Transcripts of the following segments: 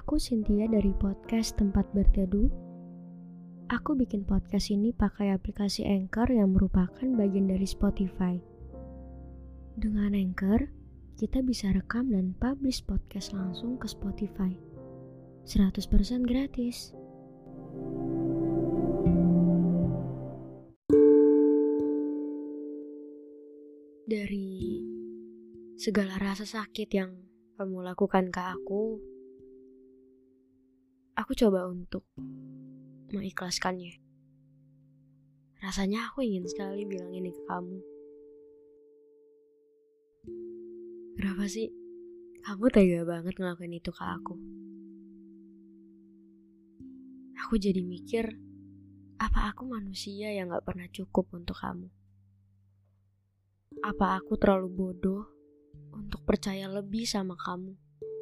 Aku Cynthia dari podcast Tempat Berteduh. Aku bikin podcast ini pakai aplikasi Anchor yang merupakan bagian dari Spotify. Dengan Anchor, kita bisa rekam dan publish podcast langsung ke Spotify. 100% gratis. Dari segala rasa sakit yang kamu lakukan ke aku coba untuk mengikhlaskannya. Rasanya aku ingin sekali bilang ini ke kamu. Kenapa sih kamu tega banget ngelakuin itu ke aku? Aku jadi mikir, apa aku manusia yang gak pernah cukup untuk kamu? Apa aku terlalu bodoh untuk percaya lebih sama kamu?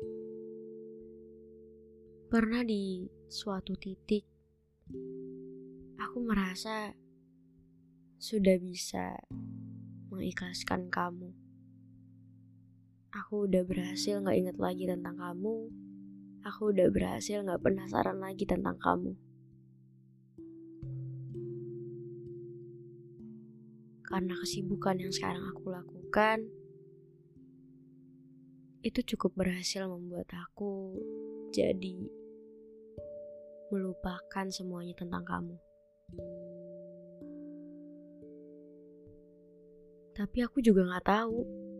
Pernah di suatu titik, aku merasa sudah bisa mengikhlaskan kamu. Aku udah berhasil gak ingat lagi tentang kamu. Aku udah berhasil gak penasaran lagi tentang kamu. Karena kesibukan yang sekarang aku lakukan, itu cukup berhasil membuat aku jadi melupakan semuanya tentang kamu. Tapi aku juga gak tahu,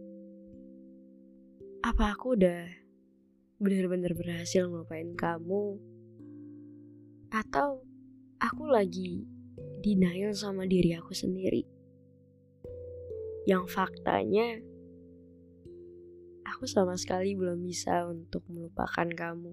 apa aku udah benar-benar berhasil ngelupain kamu, atau aku lagi denial sama diri aku sendiri. Yang faktanya, aku sama sekali belum bisa untuk melupakan kamu.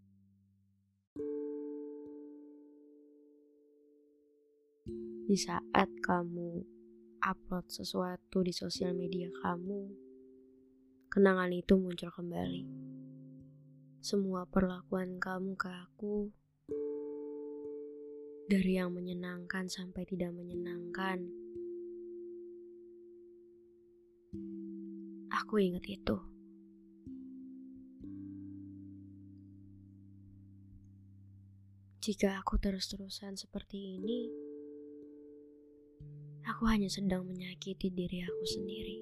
Di saat kamu upload sesuatu di sosial media kamu, kenangan itu muncul kembali. Semua perlakuan kamu ke aku, dari yang menyenangkan sampai tidak menyenangkan, aku ingat itu. Jika aku terus-terusan seperti ini, aku hanya sedang menyakiti diri aku sendiri.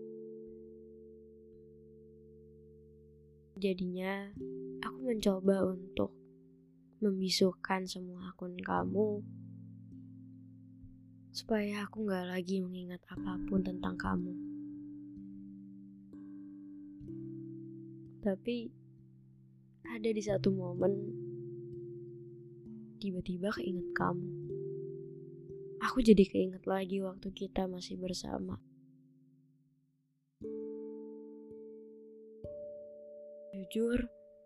Jadinya, aku mencoba untuk membisukan semua akun kamu, supaya aku gak lagi mengingat apapun tentang kamu. Tapi, ada di satu momen, tiba-tiba keinget kamu. Aku jadi keinget lagi waktu kita masih bersama. Jujur,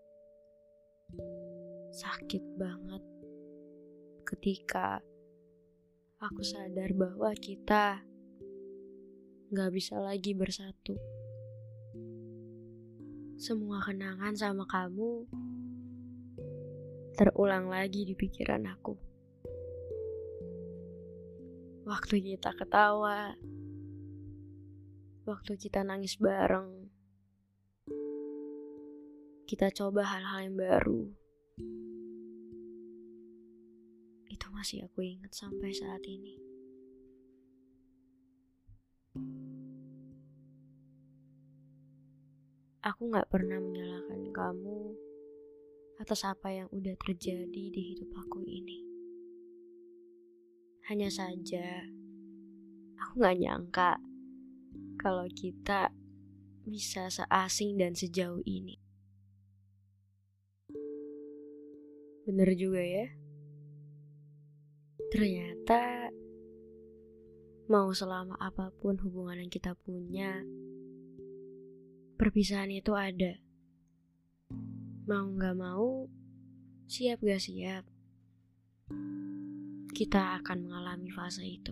sakit banget ketika aku sadar bahwa kita gak bisa lagi bersatu. Semua kenangan sama kamu terulang lagi di pikiran aku. Waktu kita ketawa, waktu kita nangis bareng, kita coba hal-hal yang baru. Itu masih aku ingat sampai saat ini. Aku gak pernah menyalahkan kamu atas apa yang udah terjadi di hidup aku ini. Hanya saja, aku gak nyangka kalau kita bisa seasing dan sejauh ini. Bener juga ya. Ternyata mau selama apapun hubungan yang kita punya, perpisahan itu ada. Mau gak mau, siap gak siap, kita akan mengalami fase itu.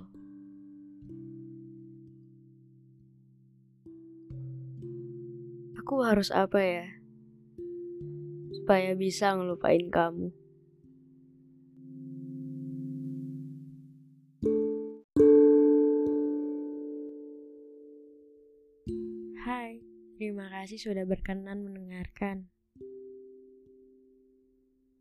Aku harus apa ya, supaya bisa ngelupain kamu? Hai, terima kasih sudah berkenan mendengarkan.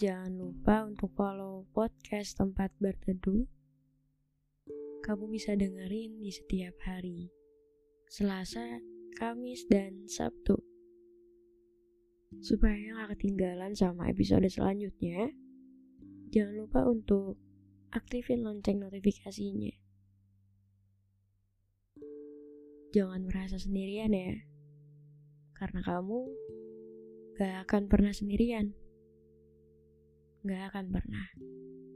Jangan lupa untuk follow podcast Tempat Berteduh. Kamu bisa dengerin di setiap hari, Selasa, Kamis, dan Sabtu. Supaya gak ketinggalan sama episode selanjutnya, jangan lupa untuk aktifin lonceng notifikasinya. Jangan merasa sendirian ya, karena kamu gak akan pernah sendirian. Gak akan pernah.